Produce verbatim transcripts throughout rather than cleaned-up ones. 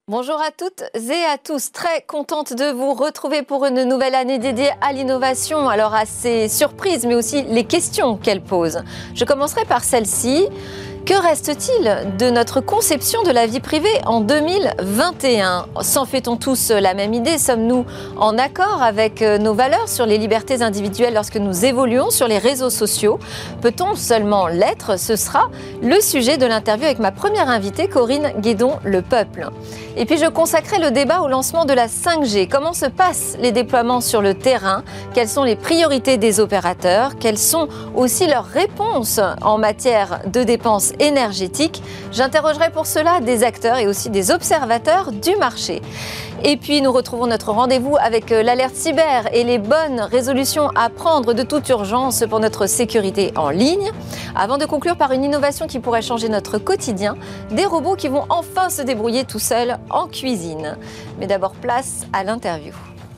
Bonjour à toutes et à tous, très contente de vous retrouver pour une nouvelle année dédiée à l'innovation. Alors à ses surprises, mais aussi les questions qu'elle pose. Je commencerai par celle-ci. Que reste-t-il de notre conception de la vie privée en deux mille vingt et un ? S'en fait-on tous la même idée ? Sommes-nous en accord avec nos valeurs sur les libertés individuelles lorsque nous évoluons sur les réseaux sociaux ? Peut-on seulement l'être ? Ce sera le sujet de l'interview avec ma première invitée, Corinne Guédon-Le Peuple. Et puis je consacrerai le débat au lancement de la cinq G. Comment se passent les déploiements sur le terrain ? Quelles sont les priorités des opérateurs ? Quelles sont aussi leurs réponses en matière de dépenses énergétiques ? J'interrogerai pour cela des acteurs et aussi des observateurs du marché. Et puis nous retrouvons notre rendez-vous avec l'alerte cyber et les bonnes résolutions à prendre de toute urgence pour notre sécurité en ligne. Avant de conclure par une innovation qui pourrait changer notre quotidien, des robots qui vont enfin se débrouiller tout seuls en cuisine. Mais d'abord place à l'interview.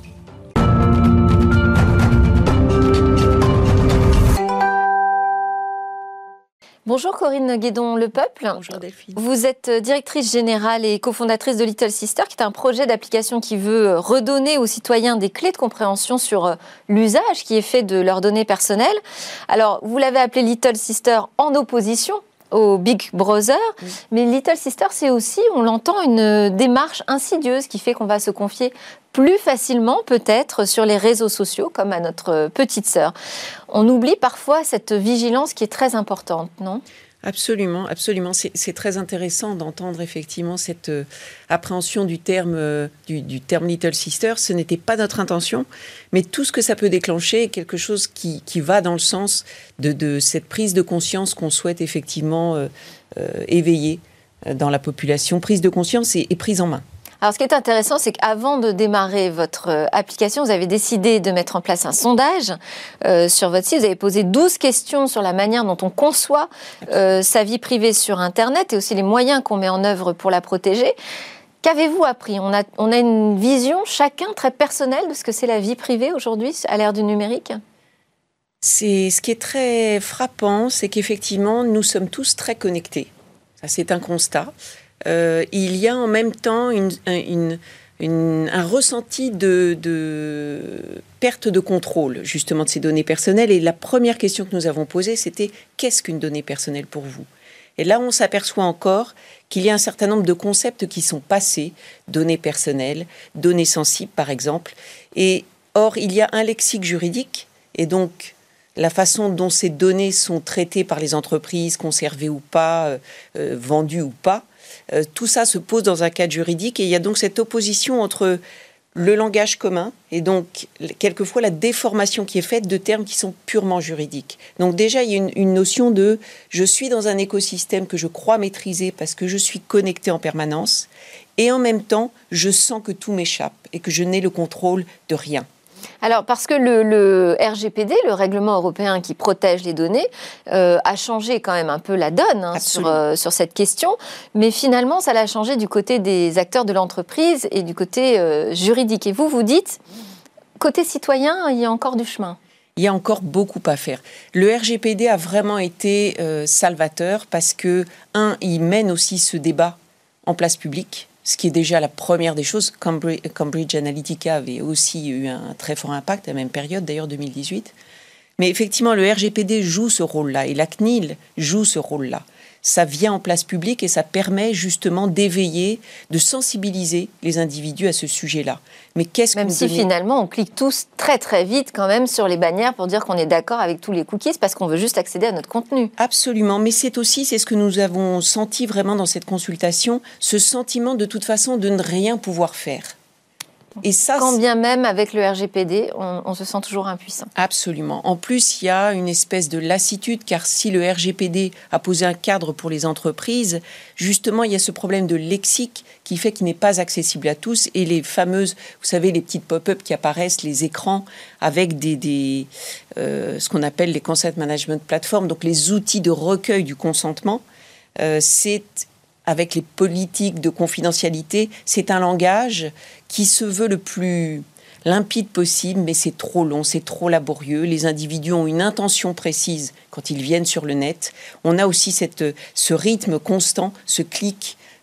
Bonjour Corinne Guédon-Le Peuple. Bonjour Delphine. Vous êtes directrice générale et cofondatrice de Little Sister, qui est un projet d'application qui veut redonner aux citoyens des clés de compréhension sur l'usage qui est fait de leurs données personnelles. Alors, vous l'avez appelé Little Sister en opposition au Big Brother, oui. Mais Little Sister, c'est aussi, on l'entend, une démarche insidieuse qui fait qu'on va se confier plus facilement peut-être sur les réseaux sociaux, comme à notre petite sœur. On oublie parfois cette vigilance qui est très importante, non ? Absolument, absolument. C'est, c'est très intéressant d'entendre effectivement cette euh, appréhension du terme, euh, du, du terme Little Sister. Ce n'était pas notre intention, mais tout ce que ça peut déclencher est quelque chose qui, qui va dans le sens de, de cette prise de conscience qu'on souhaite effectivement euh, euh, éveiller dans la population. Prise de conscience et, et prise en main. Alors, ce qui est intéressant, c'est qu'avant de démarrer votre euh, application, vous avez décidé de mettre en place un sondage euh, sur votre site. Vous avez posé douze questions sur la manière dont on conçoit euh, sa vie privée sur Internet et aussi les moyens qu'on met en œuvre pour la protéger. Qu'avez-vous appris ? On a, on a une vision chacun très personnelle de ce que c'est la vie privée aujourd'hui à l'ère du numérique ? C'est, ce qui est très frappant, c'est qu'effectivement, nous sommes tous très connectés. Ça, c'est un constat. Euh, il y a en même temps une, une, une, un ressenti de, de perte de contrôle justement de ces données personnelles. Et la première question que nous avons posée, c'était « Qu'est-ce qu'une donnée personnelle pour vous ?» Et là, on s'aperçoit encore qu'il y a un certain nombre de concepts qui sont passés, données personnelles, données sensibles par exemple. Et or, il y a un lexique juridique et donc la façon dont ces données sont traitées par les entreprises, conservées ou pas, euh, euh, vendues ou pas, Euh, tout ça se pose dans un cadre juridique et il y a donc cette opposition entre le langage commun et donc quelquefois la déformation qui est faite de termes qui sont purement juridiques. Donc déjà, il y a une, une notion de « je suis dans un écosystème que je crois maîtriser parce que je suis connecté en permanence et en même temps, je sens que tout m'échappe et que je n'ai le contrôle de rien ». Alors, parce que le, le R G P D, le règlement européen qui protège les données, euh, a changé quand même un peu la donne hein, sur, euh, sur cette question. Mais finalement, ça l'a changé du côté des acteurs de l'entreprise et du côté euh, juridique. Et vous, vous dites, côté citoyen, il y a encore du chemin. Il y a encore beaucoup à faire. Le R G P D a vraiment été euh, salvateur parce que, un, il mène aussi ce débat en place publique. Ce qui est déjà la première des choses. Cambridge, Cambridge Analytica avait aussi eu un très fort impact à la même période, d'ailleurs deux mille dix-huit. Mais effectivement, le R G P D joue ce rôle-là et la C N I L joue ce rôle-là. Ça vient en place publique et ça permet justement d'éveiller, de sensibiliser les individus à ce sujet-là. Mais qu'est-ce Même qu'on si donnait... finalement, on clique tous très très vite quand même sur les bannières pour dire qu'on est d'accord avec tous les cookies parce qu'on veut juste accéder à notre contenu. Absolument, mais c'est aussi, c'est ce que nous avons senti vraiment dans cette consultation, ce sentiment de toute façon de ne rien pouvoir faire. Et ça, quand bien même avec le R G P D, on, on se sent toujours impuissant. Absolument. En plus, il y a une espèce de lassitude, car si le R G P D a posé un cadre pour les entreprises, justement, il y a ce problème de lexique qui fait qu'il n'est pas accessible à tous. Et les fameuses, vous savez, les petites pop-up qui apparaissent, les écrans avec des, des euh, ce qu'on appelle les consent management platforms, donc les outils de recueil du consentement, euh, c'est avec les politiques de confidentialité, c'est un langage qui se veut le plus limpide possible, mais c'est trop long, c'est trop laborieux. Les individus ont une intention précise quand ils viennent sur le net. On a aussi cette, ce rythme constant, ce clic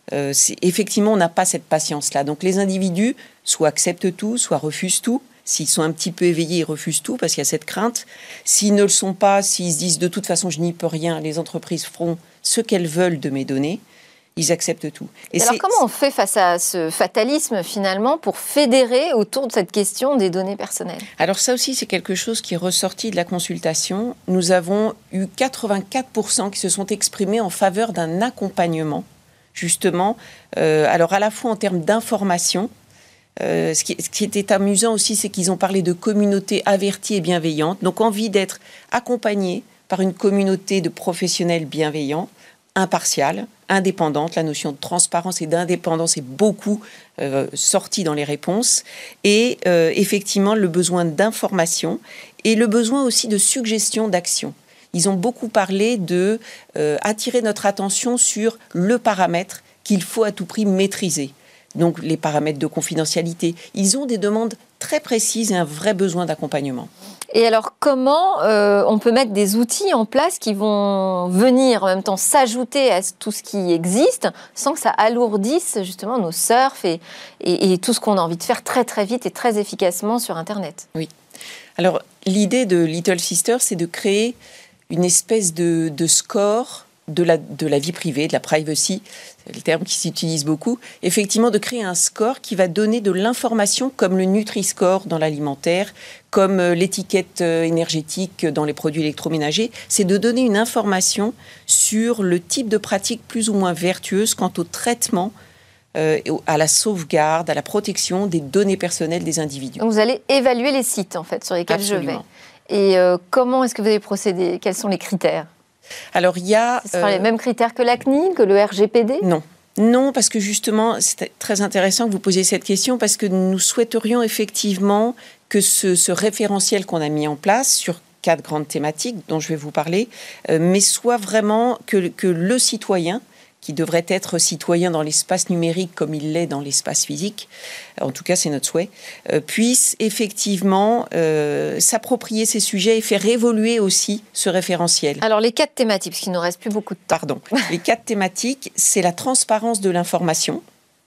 euh, effectivement, on n'a pas cette patience-là. Donc les individus soit acceptent tout, soit refusent tout. S'ils sont un petit peu éveillés, ils refusent tout parce qu'il y a cette crainte. S'ils ne le sont pas, s'ils se disent de toute façon je n'y peux rien, les entreprises feront ce qu'elles veulent de mes données, ils acceptent tout. Et alors comment on fait face à ce fatalisme finalement pour fédérer autour de cette question des données personnelles? Alors ça aussi c'est quelque chose qui est ressorti de la consultation. Nous avons eu quatre-vingt-quatre pour cent qui se sont exprimés en faveur d'un accompagnement, justement, euh, alors à la fois en termes d'information. Euh, ce, qui, ce qui était amusant aussi, c'est qu'ils ont parlé de communauté avertie et bienveillante. Donc, envie d'être accompagné par une communauté de professionnels bienveillants, impartiale, indépendante. La notion de transparence et d'indépendance est beaucoup euh, sortie dans les réponses. Et euh, effectivement, le besoin d'information et le besoin aussi de suggestions d'action. Ils ont beaucoup parlé de euh, attirer notre attention sur le paramètre qu'il faut à tout prix maîtriser. Donc les paramètres de confidentialité. Ils ont des demandes très précises et un vrai besoin d'accompagnement. Et alors comment euh, on peut mettre des outils en place qui vont venir en même temps s'ajouter à tout ce qui existe sans que ça alourdisse justement nos surfs et, et, et tout ce qu'on a envie de faire très très vite et très efficacement sur Internet? Oui. Alors l'idée de Little Sister, c'est de créer une espèce de, de score de la, de la vie privée, de la privacy, c'est le terme qui s'utilise beaucoup, effectivement de créer un score qui va donner de l'information comme le Nutri-Score dans l'alimentaire, comme l'étiquette énergétique dans les produits électroménagers. C'est de donner une information sur le type de pratique plus ou moins vertueuse quant au traitement, euh, à la sauvegarde, à la protection des données personnelles des individus. Donc vous allez évaluer les sites en fait sur lesquels Absolument. je vais. Et euh, comment est-ce que vous allez procéder? Quels sont les critères? Alors, il y a... Ce sera euh, les mêmes critères que l'A C N I L, que le R G P D? Non. Non, parce que justement, c'est très intéressant que vous posiez cette question, parce que nous souhaiterions effectivement que ce, ce référentiel qu'on a mis en place sur quatre grandes thématiques dont je vais vous parler, euh, mais soit vraiment que, que le citoyen, qui devrait être citoyen dans l'espace numérique comme il l'est dans l'espace physique, en tout cas c'est notre souhait, euh, puisse effectivement euh, s'approprier ces sujets et faire évoluer aussi ce référentiel. Alors les quatre thématiques, parce qu'il ne nous reste plus beaucoup de temps. Pardon. Les quatre thématiques, c'est la transparence de l'information.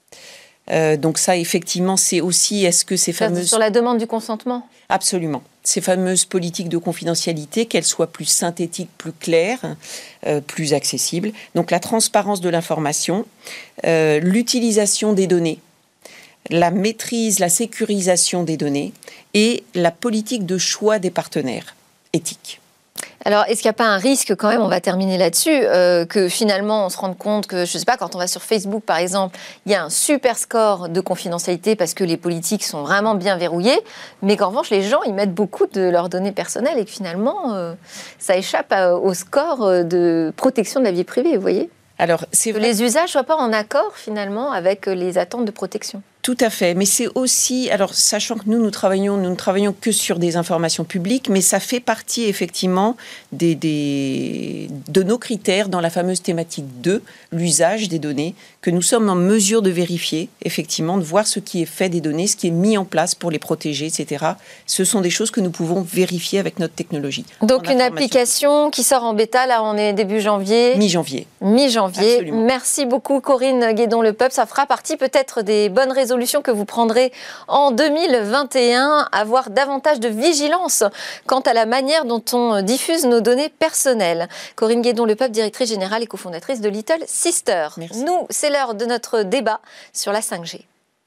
Euh, donc ça, effectivement, c'est aussi, est-ce que ces fameuses... Sur la demande du consentement? Absolument. Ces fameuses politiques de confidentialité, qu'elles soient plus synthétiques, plus claires, euh, plus accessibles. Donc la transparence de l'information, euh, l'utilisation des données, la maîtrise, la sécurisation des données et la politique de choix des partenaires éthiques. Alors, est-ce qu'il n'y a pas un risque quand même, on va terminer là-dessus, euh, que finalement on se rende compte que, je ne sais pas, quand on va sur Facebook par exemple, il y a un super score de confidentialité parce que les politiques sont vraiment bien verrouillés, mais qu'en revanche les gens ils mettent beaucoup de leurs données personnelles et que finalement euh, ça échappe à, au score de protection de la vie privée, vous voyez? Alors, c'est vrai. Que les usages ne soient pas en accord finalement avec les attentes de protection. Tout à fait, mais c'est aussi, alors sachant que nous, nous travaillons, nous ne travaillons que sur des informations publiques, mais ça fait partie effectivement des, des, de nos critères dans la fameuse thématique deux, l'usage des données, que nous sommes en mesure de vérifier, effectivement, de voir ce qui est fait des données, ce qui est mis en place pour les protéger, et cetera. Ce sont des choses que nous pouvons vérifier avec notre technologie. Donc une application qui sort en bêta, là on est début janvier. Mi-janvier. Mi-janvier. Absolument. Merci beaucoup Corinne Guédon-Lepeuple, ça fera partie peut-être des bonnes résolutions que vous prendrez en deux mille vingt et un, avoir davantage de vigilance quant à la manière dont on diffuse nos données personnelles. Corinne Guédon-Lepeuple, directrice générale et cofondatrice de Little Sister. Merci. Nous, c'est l'heure de notre débat sur la cinq G.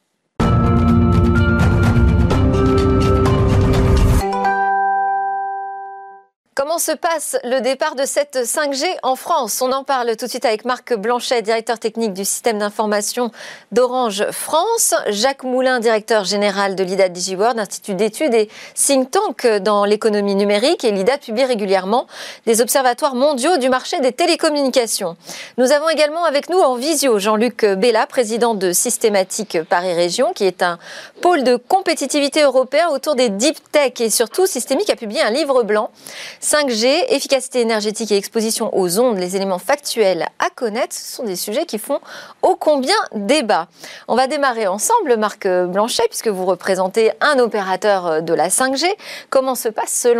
Comment se passe le départ de cette cinq G en France? On en parle tout de suite avec Marc Blanchet, directeur technique du système d'information d'Orange France, Jacques Moulin, directeur général de l'I D A DigiWorld, institut d'études et think tank dans l'économie numérique. Et l'I D A publie régulièrement des observatoires mondiaux du marché des télécommunications. Nous avons également avec nous en visio Jean-Luc Bella, président de Systématique Paris Région, qui est un pôle de compétitivité européen autour des deep tech. Et surtout, Systémique a publié un livre blanc, cinq G, efficacité énergétique et exposition aux ondes, les éléments factuels à connaître, ce sont des sujets qui font ô combien débat. On va démarrer ensemble, Marc Blanchet, puisque vous représentez un opérateur de la cinq G. Comment se passe ce lancement ?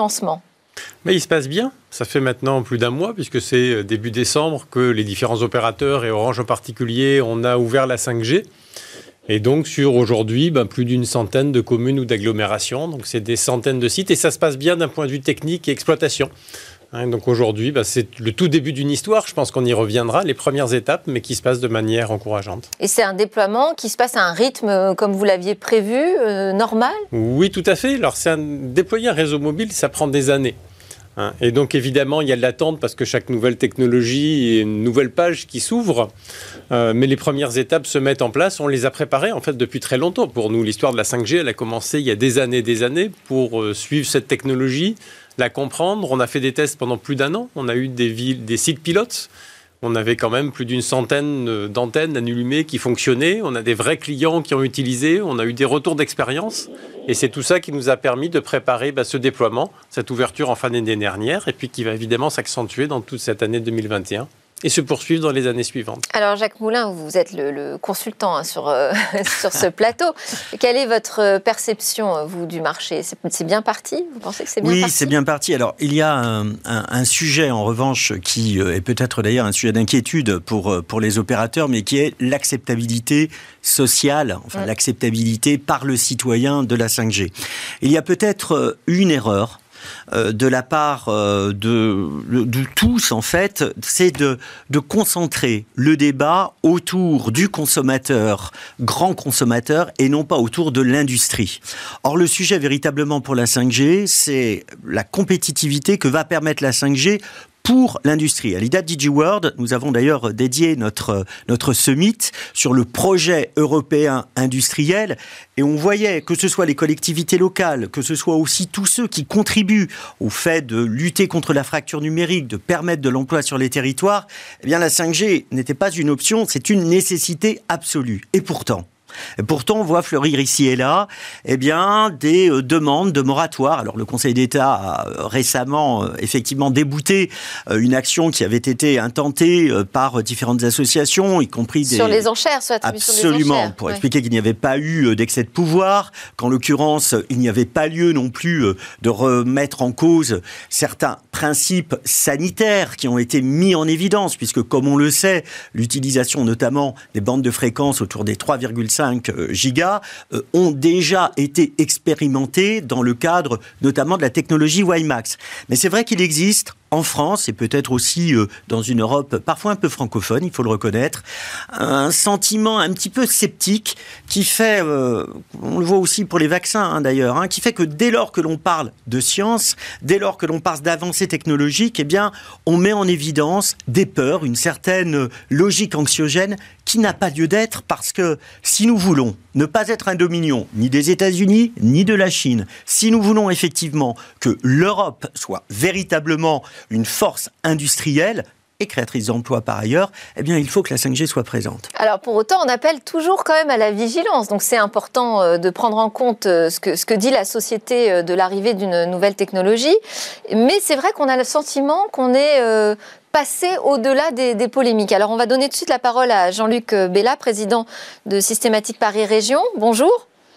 Mais il se passe bien. Ça fait maintenant plus d'un mois, puisque c'est début décembre, que les différents opérateurs, et Orange en particulier, on a ouvert la cinq G. Et donc, sur aujourd'hui, ben, plus d'une centaine de communes ou d'agglomérations. Donc, c'est des centaines de sites. Et ça se passe bien d'un point de vue technique et exploitation. Hein, donc, aujourd'hui, ben, c'est le tout début d'une histoire. Je pense qu'on y reviendra, les premières étapes, mais qui se passent de manière encourageante. Et c'est un déploiement qui se passe à un rythme, euh, comme vous l'aviez prévu, euh, normal ? Oui, tout à fait. Alors, c'est un... déployer un réseau mobile, ça prend des années. Hein, et donc, évidemment, il y a de l'attente parce que chaque nouvelle technologie est une nouvelle page qui s'ouvre. Euh, mais les premières étapes se mettent en place. On les a préparées, en fait, depuis très longtemps. Pour nous, l'histoire de la cinq G, elle a commencé il y a des années et des années pour euh, suivre cette technologie, la comprendre. On a fait des tests pendant plus d'un an. On a eu des, villes, des sites pilotes. On avait quand même plus d'une centaine d'antennes allumées qui fonctionnaient. On a des vrais clients qui ont utilisé. On a eu des retours d'expérience. Et c'est tout ça qui nous a permis de préparer bah, ce déploiement, cette ouverture en fin d'année dernière, et puis qui va évidemment s'accentuer dans toute cette année deux mille vingt et un. Et se poursuivre dans les années suivantes. Alors Jacques Moulin, vous êtes le, le consultant hein, sur, euh, sur ce plateau. Quelle est votre perception, vous, du marché ? C'est, c'est bien parti ? Vous pensez que c'est bien oui, parti ? Oui, c'est bien parti. Alors, il y a un, un, un sujet, en revanche, qui est peut-être d'ailleurs un sujet d'inquiétude pour, pour les opérateurs, mais qui est l'acceptabilité sociale, enfin mmh. l'acceptabilité par le citoyen de la cinq G. Il y a peut-être une erreur Euh, de la part euh, de, de tous, en fait, c'est de, de concentrer le débat autour du consommateur, grand consommateur, et non pas autour de l'industrie. Or, le sujet véritablement pour la cinq G, c'est la compétitivité que va permettre la cinq G pour l'industrie. À l'I D A DigiWorld, nous avons d'ailleurs dédié notre, notre summit sur le projet européen industriel, et on voyait que ce soit les collectivités locales, que ce soit aussi tous ceux qui contribuent au fait de lutter contre la fracture numérique, de permettre de l'emploi sur les territoires, eh bien la cinq G n'était pas une option, c'est une nécessité absolue. Et pourtant, Et pourtant, on voit fleurir ici et là eh bien, des euh, demandes de moratoire. Alors, le Conseil d'État a euh, récemment euh, effectivement débouté euh, une action qui avait été intentée euh, par différentes associations, y compris des... Sur les enchères, sur l'attribution des enchères. Absolument, pour ouais. expliquer qu'il n'y avait pas eu euh, d'excès de pouvoir, qu'en l'occurrence, il n'y avait pas lieu non plus euh, de remettre en cause certains principes sanitaires qui ont été mis en évidence, puisque, comme on le sait, l'utilisation notamment des bandes de fréquences autour des trois virgule cinq gigas euh, ont déjà été expérimentés dans le cadre notamment de la technologie WiMAX. Mais c'est vrai qu'il existe en France, et peut-être aussi euh, dans une Europe parfois un peu francophone, il faut le reconnaître, un sentiment un petit peu sceptique qui fait, euh, on le voit aussi pour les vaccins hein, d'ailleurs, hein, qui fait que dès lors que l'on parle de science, dès lors que l'on parle d'avancées technologiques, eh bien, on met en évidence des peurs, une certaine logique anxiogène qui n'a pas lieu d'être, parce que si nous voulons ne pas être un dominion ni des États-Unis ni de la Chine, si nous voulons effectivement que l'Europe soit véritablement une force industrielle et créatrice d'emplois par ailleurs, eh bien, il faut que la cinq G soit présente. Alors, pour autant, on appelle toujours quand même à la vigilance. Donc, c'est important de prendre en compte ce que, ce que dit la société de l'arrivée d'une nouvelle technologie. Mais c'est vrai qu'on a le sentiment qu'on est euh, passé au-delà des, des polémiques. Alors, on va donner tout de suite la parole à Jean-Luc Bella, président de Systématique Paris Région. Bonjour.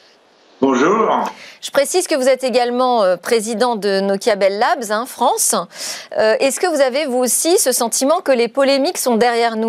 Bonjour. Je précise que vous êtes également euh, président de Nokia Bell Labs, hein, France. Euh, est-ce que vous avez, vous aussi, ce sentiment que les polémiques sont derrière nous ?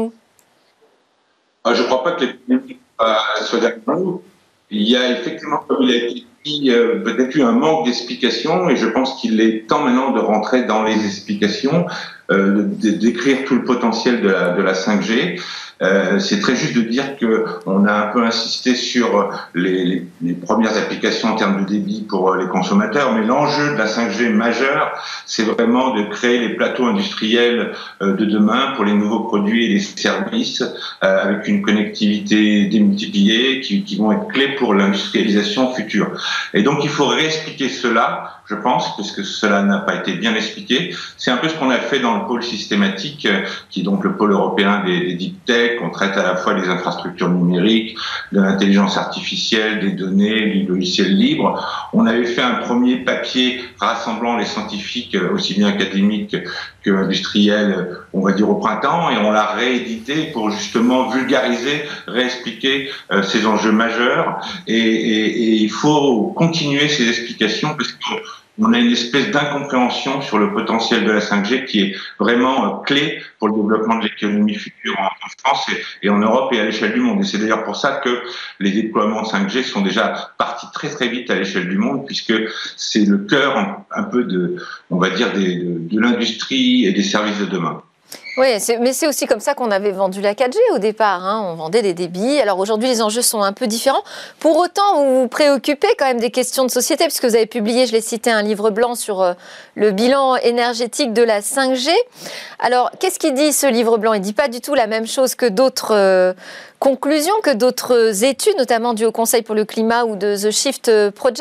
euh, Je ne crois pas que les polémiques euh, soient derrière nous. Il y a effectivement, comme il a été dit, euh, peut-être eu un manque d'explications, et je pense qu'il est temps maintenant de rentrer dans les explications, euh, de, de décrire tout le potentiel de la, de la cinq G. Euh, c'est très juste de dire que on a un peu insisté sur les, les, les premières applications en termes de débit pour les consommateurs, mais l'enjeu de la cinq G majeur, c'est vraiment de créer les plateaux industriels de demain pour les nouveaux produits et les services, euh, avec une connectivité démultipliée qui, qui vont être clés pour l'industrialisation future. Et donc il faut réexpliquer cela, je pense, parce que cela n'a pas été bien expliqué. C'est un peu ce qu'on a fait dans le pôle systématique, qui est donc le pôle européen des, des deep tech. On traite à la fois des infrastructures numériques, de l'intelligence artificielle, des données, du logiciel libre. On avait fait un premier papier rassemblant les scientifiques, aussi bien académiques que industriels, on va dire au printemps, et on l'a réédité pour justement vulgariser, réexpliquer euh, ces enjeux majeurs. Et, et, et il faut continuer ces explications, parce que on a une espèce d'incompréhension sur le potentiel de la cinq G qui est vraiment euh, clé pour le développement de l'économie future en, en France et, et en Europe et à l'échelle du monde. Et c'est d'ailleurs pour ça que les déploiements cinq G sont déjà partis très très vite à l'échelle du monde, puisque c'est le cœur un, un peu de, on va dire, des, de, de l'industrie et des services de demain. Oui, mais c'est aussi comme ça qu'on avait vendu la quatre G au départ. Hein. On vendait des débits. Alors aujourd'hui, les enjeux sont un peu différents. Pour autant, vous vous préoccupez quand même des questions de société, puisque vous avez publié, je l'ai cité, un livre blanc sur euh, le bilan énergétique de la cinq G. Alors, qu'est-ce qu'il dit ce livre blanc ? Il ne dit pas du tout la même chose que d'autres euh, conclusions, que d'autres études, notamment du Haut Conseil pour le climat ou de The Shift Project ?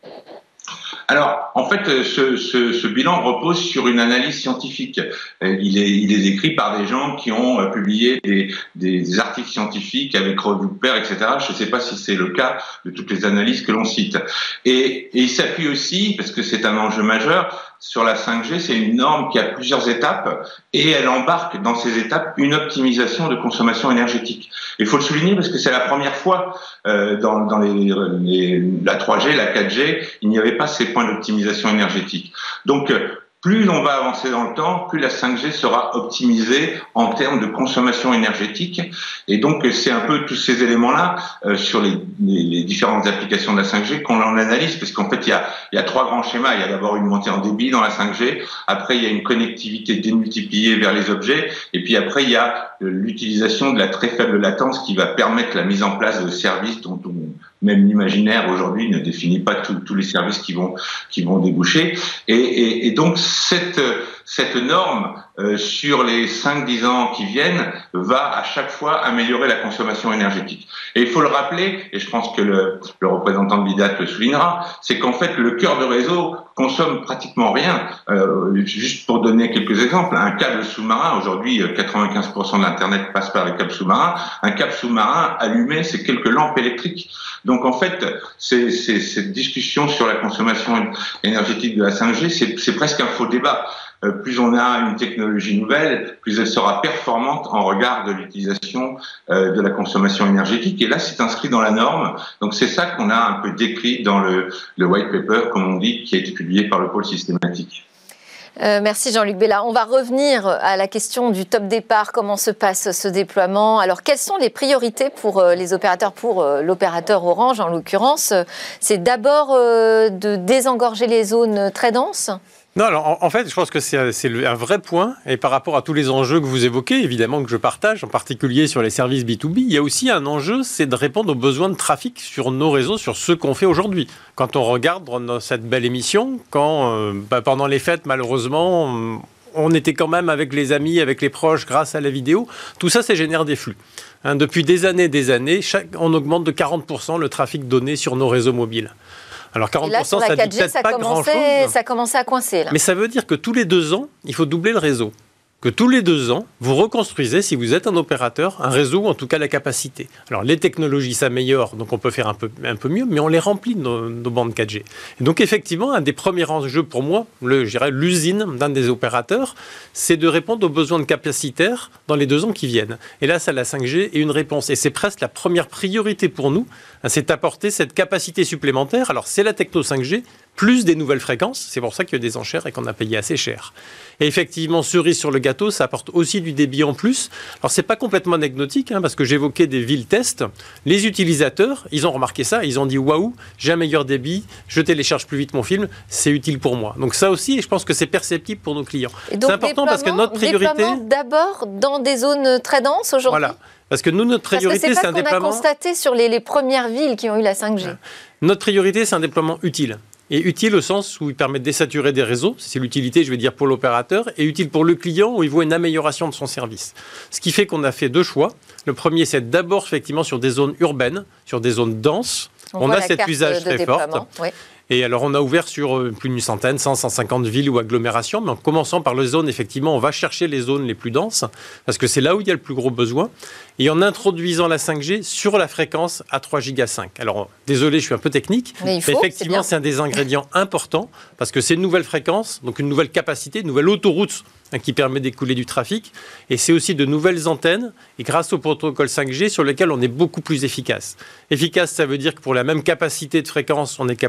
Alors, en fait, ce, ce, ce bilan repose sur une analyse scientifique. Il est, il est écrit par des gens qui ont publié des, des articles scientifiques avec revue de pair, et cetera. Je ne sais pas si c'est le cas de toutes les analyses que l'on cite. Et, et il s'appuie aussi, parce que c'est un enjeu majeur, sur la cinq G, c'est une norme qui a plusieurs étapes et elle embarque dans ces étapes une optimisation de consommation énergétique. Il faut le souligner parce que c'est la première fois euh, dans, dans les, les, la trois G, la quatre G, il n'y avait pas ces points d'optimisation énergétique. Donc, plus on va avancer dans le temps, plus la cinq G sera optimisée en termes de consommation énergétique. Et donc, c'est un peu tous ces éléments-là euh, sur les, les, les différentes applications de la cinq G qu'on en analyse, parce qu'en fait, il y a, il y a trois grands schémas. Il y a d'abord une montée en débit dans la cinq G. Après, il y a une connectivité démultipliée vers les objets. Et puis après, il y a l'utilisation de la très faible latence qui va permettre la mise en place de services dont on, même l'imaginaire aujourd'hui ne définit pas tous les services qui vont qui vont déboucher. Et, et, et donc cette cette norme euh, sur les cinq dix ans qui viennent va à chaque fois améliorer la consommation énergétique. Et il faut le rappeler, et je pense que le, le représentant de l'I D A T le soulignera, c'est qu'en fait le cœur de réseau consomme pratiquement rien. Euh, juste pour donner quelques exemples, un câble sous-marin, aujourd'hui quatre-vingt-quinze pour cent de l'Internet passe par les câbles sous-marins. Un câble sous-marin allumé, c'est quelques lampes électriques. Donc en fait, c'est, c'est, cette discussion sur la consommation énergétique de la cinq G, c'est, c'est presque un faux débat. Euh, plus on a une technologie nouvelle, plus elle sera performante en regard de l'utilisation euh, de la consommation énergétique. Et là, c'est inscrit dans la norme. Donc c'est ça qu'on a un peu décrit dans le, le white paper, comme on dit, qui a été publié par le pôle systématique. Euh, merci Jean-Luc Bella. On va revenir à la question du top départ. Comment se passe ce déploiement ? Alors, quelles sont les priorités pour euh, les opérateurs, pour euh, l'opérateur Orange en l'occurrence ? C'est d'abord euh, de désengorger les zones très denses ? Non, alors en, en fait, je pense que c'est, c'est un vrai point. Et par rapport à tous les enjeux que vous évoquez, évidemment que je partage, en particulier sur les services B deux B, il y a aussi un enjeu, c'est de répondre aux besoins de trafic sur nos réseaux, sur ce qu'on fait aujourd'hui. Quand on regarde dans cette belle émission, quand euh, bah, pendant les fêtes, malheureusement, on était quand même avec les amis, avec les proches, grâce à la vidéo, tout ça, ça génère des flux. Hein, depuis des années, des années, chaque, on augmente de quarante pour cent le trafic donné sur nos réseaux mobiles. Alors quarante pour cent, et là, sur la ça quatre dit G, peut-être ça pas commençait, grand-chose. ça commençait à coincer, là. Mais ça veut dire que tous les deux ans, il faut doubler le réseau. Que tous les deux ans, vous reconstruisez, si vous êtes un opérateur, un réseau, ou en tout cas la capacité. Alors les technologies s'améliorent, donc on peut faire un peu, un peu mieux, mais on les remplit, nos, nos bandes quatre G. Et donc effectivement, un des premiers enjeux pour moi, le, je dirais l'usine d'un des opérateurs, c'est de répondre aux besoins de capacitaires dans les deux ans qui viennent. Et là, ça, la cinq G est une réponse. Et c'est presque la première priorité pour nous, hein, c'est d'apporter cette capacité supplémentaire. Alors c'est la techno cinq G, plus des nouvelles fréquences. C'est pour ça qu'il y a des enchères et qu'on a payé assez cher. Et effectivement, cerise sur le gâteau, ça apporte aussi du débit en plus. Alors, c'est pas complètement anecdotique, hein, parce que j'évoquais des villes tests. Les utilisateurs, ils ont remarqué ça, ils ont dit « Waouh, j'ai un meilleur débit, je télécharge plus vite mon film, c'est utile pour moi. » Donc ça aussi, je pense que c'est perceptible pour nos clients. Et donc, c'est important parce que notre priorité... d'abord dans des zones très denses aujourd'hui. Voilà. Parce que nous, notre priorité, c'est, c'est un déploiement... Parce que c'est pas ce qu'on a constaté sur les, les premières villes qui ont eu la cinq G. Notre priorité, c'est un déploiement utile. Et utile au sens où il permet de désaturer des réseaux, c'est l'utilité, je vais dire, pour l'opérateur, et utile pour le client où il voit une amélioration de son service. Ce qui fait qu'on a fait deux choix. Le premier, c'est d'abord effectivement sur des zones urbaines, sur des zones denses. On, on a cet usage très fort. Oui. Et alors, on a ouvert sur plus d'une centaine, cent, cent cinquante villes ou agglomérations, mais en commençant par les zones, effectivement, on va chercher les zones les plus denses, parce que c'est là où il y a le plus gros besoin, et en introduisant la cinq G sur la fréquence à trois giga cinq. Alors, désolé, je suis un peu technique, mais, il faut, mais effectivement, c'est, c'est un des ingrédients importants, parce que c'est une nouvelle fréquence, donc une nouvelle capacité, une nouvelle autoroute hein, qui permet d'écouler du trafic, et c'est aussi de nouvelles antennes, et grâce au protocole cinq G, sur lequel on est beaucoup plus efficace. Efficace, ça veut dire que pour la même capacité de fréquence, on est capable de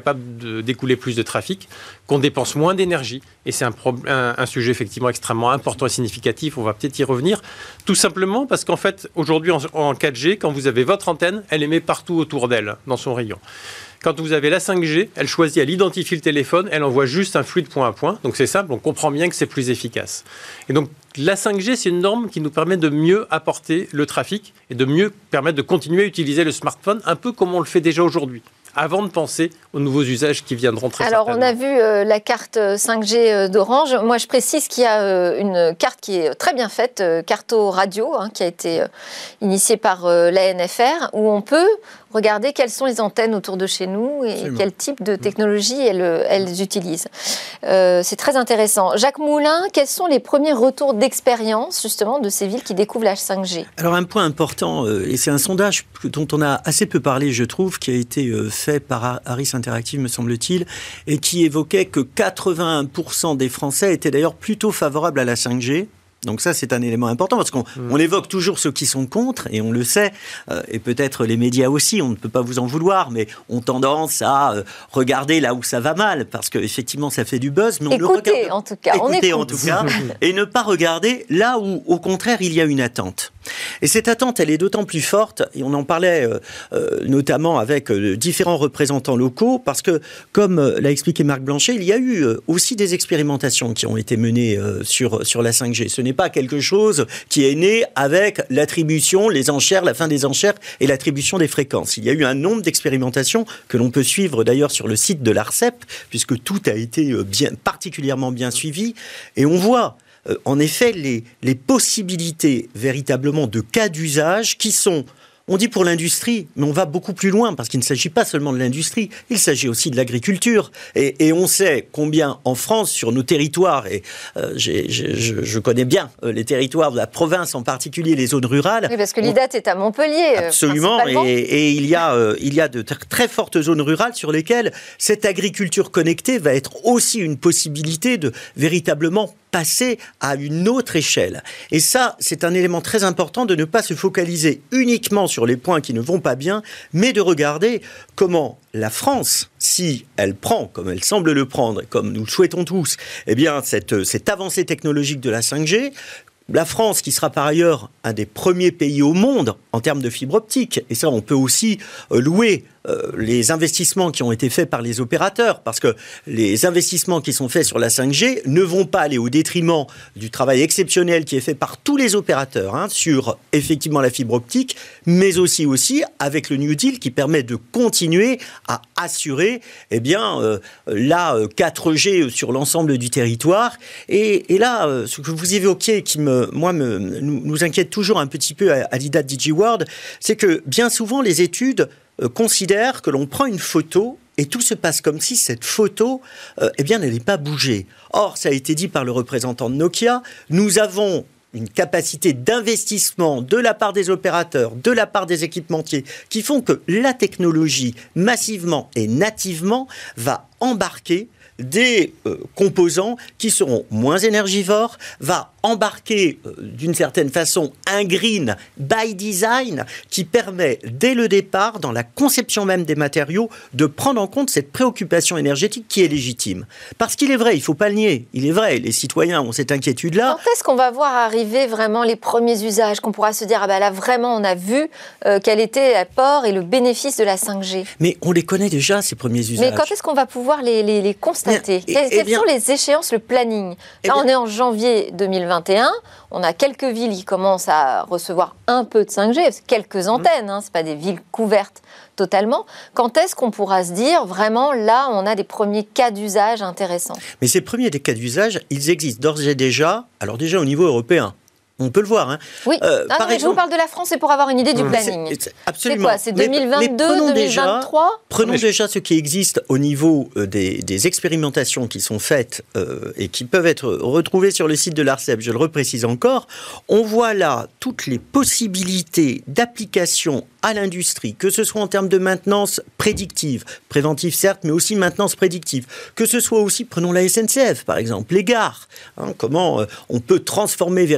de, d'écouler plus de trafic, qu'on dépense moins d'énergie. Et c'est un, pro- un, un sujet effectivement extrêmement important et significatif. On va peut-être y revenir. Tout simplement parce qu'en fait, aujourd'hui, en, en quatre G, quand vous avez votre antenne, elle émet partout autour d'elle, dans son rayon. Quand vous avez la cinq G, elle choisit, elle identifie le téléphone, elle envoie juste un flux de point à point. Donc c'est simple, on comprend bien que c'est plus efficace. Et donc la cinq G, c'est une norme qui nous permet de mieux apporter le trafic et de mieux permettre de continuer à utiliser le smartphone, un peu comme on le fait déjà aujourd'hui, avant de penser aux nouveaux usages qui viendront très Alors, certainement. on a vu euh, la carte cinq G euh, d'Orange. Moi, je précise qu'il y a euh, une carte qui est très bien faite, euh, Carto Radio, hein, qui a été euh, initiée par euh, l'A N F R, où on peut regarder quelles sont les antennes autour de chez nous et Absolument. quel type de technologie elles, elles utilisent. Euh, c'est très intéressant. Jacques Moulin, quels sont les premiers retours d'expérience, justement, de ces villes qui découvrent la cinq G ? Alors un point important, euh, et c'est un sondage dont on a assez peu parlé, je trouve, qui a été euh, fait par Harris Interactive, me semble-t-il, et qui évoquait que quatre-vingt-un pour cent des Français étaient d'ailleurs plutôt favorables à la cinq G. Donc ça, c'est un élément important parce qu'on mmh. on évoque toujours ceux qui sont contre, et on le sait, euh, et peut-être les médias aussi, on ne peut pas vous en vouloir, mais ont tendance à euh, regarder là où ça va mal, parce qu'effectivement, ça fait du buzz. Mais on écoutez, le regarde... en tout cas. Écoutez, on en tout cas, et ne pas regarder là où, au contraire, il y a une attente. Et cette attente, elle est d'autant plus forte, et on en parlait euh, euh, notamment avec euh, différents représentants locaux, parce que, comme euh, l'a expliqué Marc Blanchet, il y a eu euh, aussi des expérimentations qui ont été menées euh, sur, sur la cinq G. Ce n'est pas quelque chose qui est né avec l'attribution, les enchères, la fin des enchères et l'attribution des fréquences. Il y a eu un nombre d'expérimentations que l'on peut suivre d'ailleurs sur le site de l'ARCEP, puisque tout a été bien, particulièrement bien suivi, et on voit euh, en effet les, les possibilités véritablement de cas d'usage qui sont... On dit pour l'industrie, mais on va beaucoup plus loin, parce qu'il ne s'agit pas seulement de l'industrie, il s'agit aussi de l'agriculture. Et, et on sait combien en France, sur nos territoires, et euh, j'ai, j'ai, je, je connais bien euh, les territoires de la province, en particulier les zones rurales. Oui, parce que l'I D A T est à Montpellier. Absolument, et, et il y a, euh, il y a de t- très fortes zones rurales sur lesquelles cette agriculture connectée va être aussi une possibilité de véritablement passer à une autre échelle. Et ça, c'est un élément très important de ne pas se focaliser uniquement sur les points qui ne vont pas bien, mais de regarder comment la France, si elle prend, comme elle semble le prendre, comme nous le souhaitons tous, eh bien, cette, cette avancée technologique de la cinq G, la France, qui sera par ailleurs un des premiers pays au monde en termes de fibre optique, et ça, on peut aussi euh, louer euh, les investissements qui ont été faits par les opérateurs, parce que les investissements qui sont faits sur la cinq G ne vont pas aller au détriment du travail exceptionnel qui est fait par tous les opérateurs hein, sur effectivement la fibre optique, mais aussi aussi avec le New Deal qui permet de continuer à assurer eh bien euh, la quatre G sur l'ensemble du territoire. Et, et là, euh, ce que vous évoquiez qui me moi, me, nous, nous inquiète toujours un petit peu à, à l'I D A T DigiWorld, c'est que bien souvent, les études euh, considèrent que l'on prend une photo et tout se passe comme si cette photo, euh, eh bien, n'allait pas bouger. Or, ça a été dit par le représentant de Nokia, nous avons une capacité d'investissement de la part des opérateurs, de la part des équipementiers, qui font que la technologie, massivement et nativement, va embarquer des euh, composants qui seront moins énergivores, va embarquer euh, d'une certaine façon un green by design qui permet dès le départ, dans la conception même des matériaux, de prendre en compte cette préoccupation énergétique qui est légitime. Parce qu'il est vrai, il ne faut pas le nier, il est vrai, les citoyens ont cette inquiétude-là. Quand est-ce qu'on va voir arriver vraiment les premiers usages, qu'on pourra se dire, ah ben là vraiment on a vu euh, quel était l'apport et le bénéfice de la cinq G? Mais on les connaît déjà, ces premiers usages. Mais quand est-ce qu'on va pouvoir les, les, les constater? Bien, et, Quelles, et bien, sont les échéances, le planning? Là, on est en janvier deux mille vingt et un. On a quelques villes qui commencent à recevoir un peu de cinq G, quelques antennes, hein, ce n'est pas des villes couvertes totalement. Quand est-ce qu'on pourra se dire, vraiment, là, on a des premiers cas d'usage intéressants? Mais ces premiers cas d'usage, ils existent d'ores et déjà, alors déjà au niveau européen. On peut le voir. Hein. Oui, euh, ah non, mais exemple... je vous parle de la France, c'est pour avoir une idée du planning. C'est, c'est, absolument. C'est quoi? C'est deux mille vingt-deux, deux mille vingt-trois? Prenons déjà ce qui existe au niveau euh, des, des expérimentations qui sont faites euh, et qui peuvent être retrouvées sur le site de l'ARCEP, je le reprécise encore. On voit là toutes les possibilités d'application à l'industrie, que ce soit en termes de maintenance prédictive, préventive certes, mais aussi maintenance prédictive, que ce soit aussi, prenons la S N C F par exemple, les gares, hein, comment euh, on peut transformer véritablement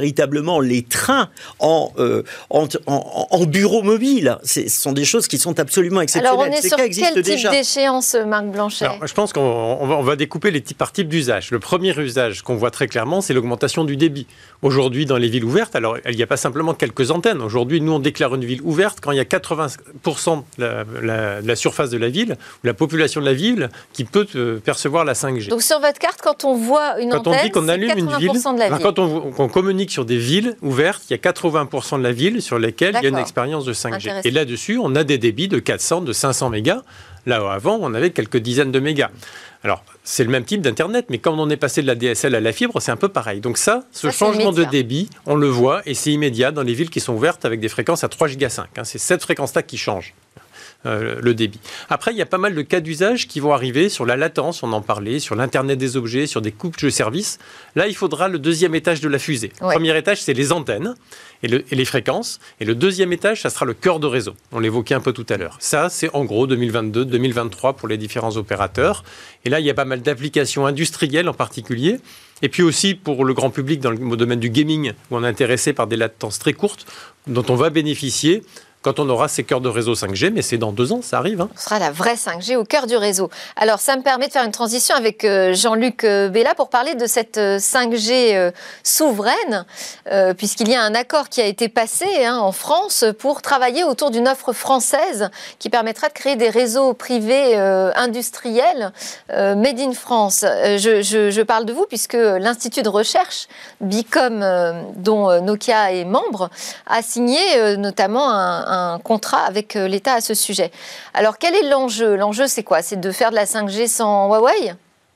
simplement les trains en, euh, en, en, en bureau mobile. C'est, ce sont des choses qui sont absolument exceptionnelles. Alors on est Ces sur cas quel existent type déjà. d'échéance, Marc Blanchet? Alors, je pense qu'on on va, on va découper les types par type d'usage. Le premier usage qu'on voit très clairement, c'est l'augmentation du débit. Aujourd'hui, dans les villes ouvertes, alors il n'y a pas simplement quelques antennes. Aujourd'hui, nous, on déclare une ville ouverte quand il y a quatre-vingts pour cent de la, la, la surface de la ville, ou la population de la ville, qui peut euh, percevoir la cinq G. Donc sur votre carte, quand on voit une quand antenne, on dit qu'on allume une ville, de la ville. quand on, on communique sur des villes ouvertes, il y a quatre-vingts pour cent de la ville sur lesquelles D'accord. il y a une expérience de cinq G. Et là-dessus, on a des débits de quatre cents, de cinq cents mégas. Là où avant, on avait quelques dizaines de mégas. Alors, c'est le même type d'Internet, mais comme on est passé de la D S L à la fibre, c'est un peu pareil. Donc ça, ce ça, changement de débit, on le voit, et c'est immédiat dans les villes qui sont ouvertes avec des fréquences à trois giga cinq. Hein. C'est cette fréquence-là qui change. Euh, le débit. Après, il y a pas mal de cas d'usage qui vont arriver sur la latence, on en parlait, sur l'Internet des objets, sur des coupes de services. Là, il faudra le deuxième étage de la fusée. Ouais. Le premier étage, c'est les antennes et, le, et les fréquences. Et le deuxième étage, ça sera le cœur de réseau. On l'évoquait un peu tout à l'heure. Ça, c'est en gros deux mille vingt-deux deux mille vingt-trois pour les différents opérateurs. Et là, il y a pas mal d'applications industrielles en particulier. Et puis aussi pour le grand public dans le domaine du gaming, où on est intéressé par des latences très courtes, dont on va bénéficier quand on aura ces cœurs de réseau cinq G, mais c'est dans deux ans, ça arrive. Hein. Ce sera la vraie cinq G au cœur du réseau. Alors, ça me permet de faire une transition avec euh, Jean-Luc euh, Bella pour parler de cette euh, cinq G euh, souveraine, euh, puisqu'il y a un accord qui a été passé hein, en France pour travailler autour d'une offre française qui permettra de créer des réseaux privés euh, industriels euh, made in France. Euh, je, je, je parle de vous puisque l'Institut de recherche Bicom, euh, dont Nokia est membre, a signé euh, notamment un un contrat avec l'État à ce sujet. Alors, quel est l'enjeu? L'enjeu, c'est quoi? C'est de faire de la cinq G sans Huawei?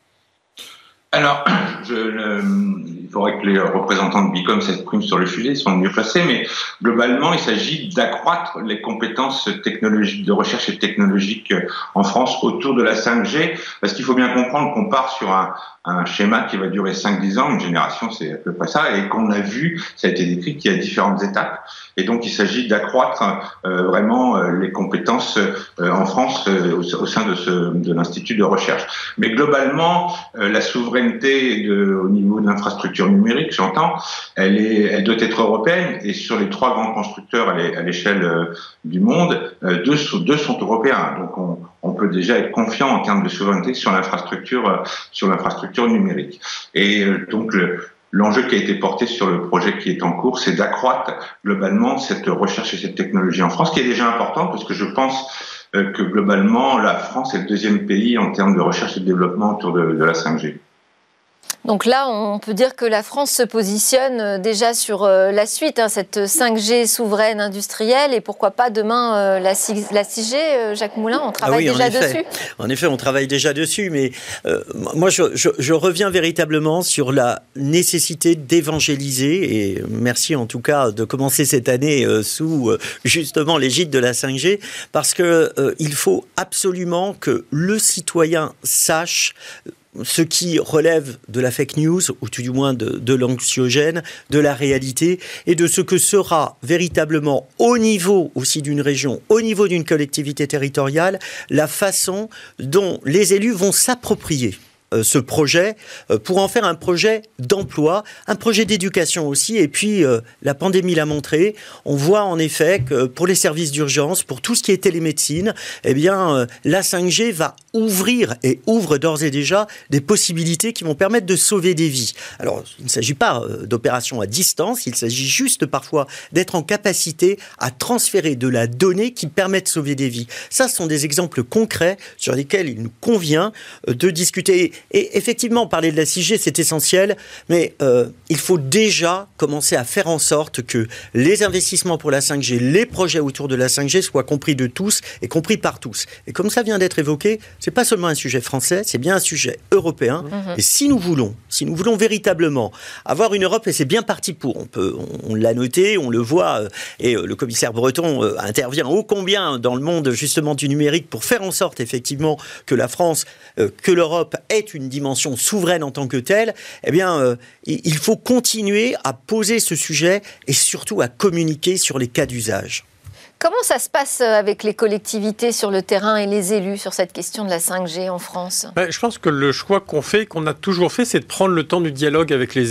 Alors, je, le, il faudrait que les représentants de Bicom s'expriment sur le sujet, ils sont mieux placés, mais globalement, il s'agit d'accroître les compétences technologiques, de recherche et technologiques en France autour de la cinq G, parce qu'il faut bien comprendre qu'on part sur un, un schéma qui va durer cinq à dix ans, une génération, c'est à peu près ça, et qu'on a vu, ça a été décrit, qu'il y a différentes étapes. Et donc, il s'agit d'accroître euh, vraiment euh, les compétences euh, en France euh, au, au sein de, ce, de l'Institut de recherche. Mais globalement, euh, la souveraineté de, au niveau de l'infrastructure numérique, j'entends, elle, est, elle doit être européenne. Et sur les trois grands constructeurs à l'échelle euh, du monde, euh, deux, deux sont européens. Donc, on, on peut déjà être confiant en termes de souveraineté sur l'infrastructure, euh, sur l'infrastructure numérique. Et euh, donc, le, L'enjeu qui a été porté sur le projet qui est en cours, c'est d'accroître globalement cette recherche et cette technologie en France, qui est déjà importante, parce que je pense que globalement, la France est le deuxième pays en termes de recherche et de développement autour de, de la cinq G. Donc là, on peut dire que la France se positionne déjà sur la suite, hein, cette cinq G souveraine industrielle, et pourquoi pas demain la six G, Jacques Moulin, on travaille ah oui, déjà dessus. En effet, on travaille déjà dessus, mais euh, moi, je, je, je reviens véritablement sur la nécessité d'évangéliser, et merci en tout cas de commencer cette année euh, sous euh, justement l'égide de la cinq G, parce qu'il euh, faut absolument que le citoyen sache ce qui relève de la fake news, ou tout du moins de, de l'anxiogène, de la réalité, et de ce que sera véritablement au niveau aussi d'une région, au niveau d'une collectivité territoriale, la façon dont les élus vont s'approprier ce projet pour en faire un projet d'emploi, un projet d'éducation aussi. Et puis, euh, la pandémie l'a montré. On voit en effet que pour les services d'urgence, pour tout ce qui est télémédecine, eh bien, euh, la cinq G va ouvrir et ouvre d'ores et déjà des possibilités qui vont permettre de sauver des vies. Alors, il ne s'agit pas euh, d'opérations à distance, il s'agit juste parfois d'être en capacité à transférer de la donnée qui permet de sauver des vies. Ça, ce sont des exemples concrets sur lesquels il nous convient euh, de discuter. Et effectivement, parler de la six G, c'est essentiel, mais euh, il faut déjà commencer à faire en sorte que les investissements pour la cinq G, les projets autour de la cinq G soient compris de tous et compris par tous. Et comme ça vient d'être évoqué, c'est pas seulement un sujet français, c'est bien un sujet européen. Mmh. Et si nous voulons, si nous voulons véritablement avoir une Europe, et c'est bien parti pour, on peut, on, on l'a noté, on le voit, euh, et euh, le commissaire Breton euh, intervient ô combien dans le monde justement du numérique pour faire en sorte effectivement que la France, euh, que l'Europe ait une dimension souveraine en tant que telle, eh bien, euh, il faut continuer à poser ce sujet et surtout à communiquer sur les cas d'usage. Comment ça se passe avec les collectivités sur le terrain et les élus sur cette question de la cinq G en France ? Je pense que le choix qu'on fait, qu'on a toujours fait, c'est de prendre le temps du dialogue avec les élus.